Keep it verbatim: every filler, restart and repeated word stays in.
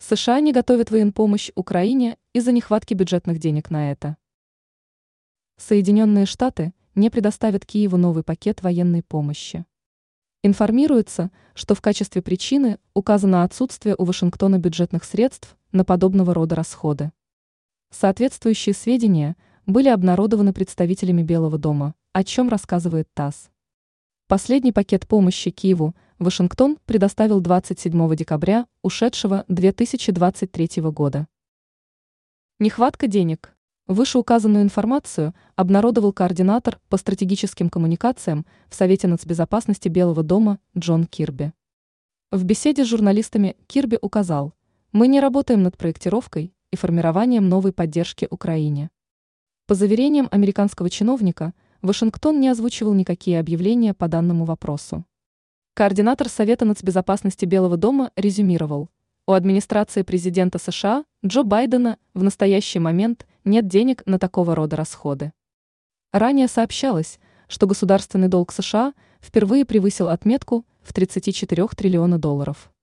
США не готовят военпомощь Украине из-за нехватки бюджетных денег на это. Соединенные Штаты не предоставят Киеву новый пакет военной помощи. Информируется, что в качестве причины указано отсутствие у Вашингтона бюджетных средств на подобного рода расходы. Соответствующие сведения были обнародованы представителями Белого дома, о чем рассказывает ТАСС. Последний пакет помощи Киеву Вашингтон предоставил двадцать седьмого декабря ушедшего две тысячи двадцать третьего года. Нехватка денег. Вышеуказанную информацию обнародовал координатор по стратегическим коммуникациям в Совете нацбезопасности Белого дома Джон Кирби. В беседе с журналистами Кирби указал: «Мы не работаем над проектировкой и формированием новой поддержки Украине». По заверениям американского чиновника, Вашингтон не озвучивал никакие объявления по данному вопросу. Координатор Совета нацбезопасности Белого дома резюмировал: у администрации президента США Джо Байдена в настоящий момент нет денег на такого рода расходы. Ранее сообщалось, что государственный долг США впервые превысил отметку в тридцать четыре триллиона долларов.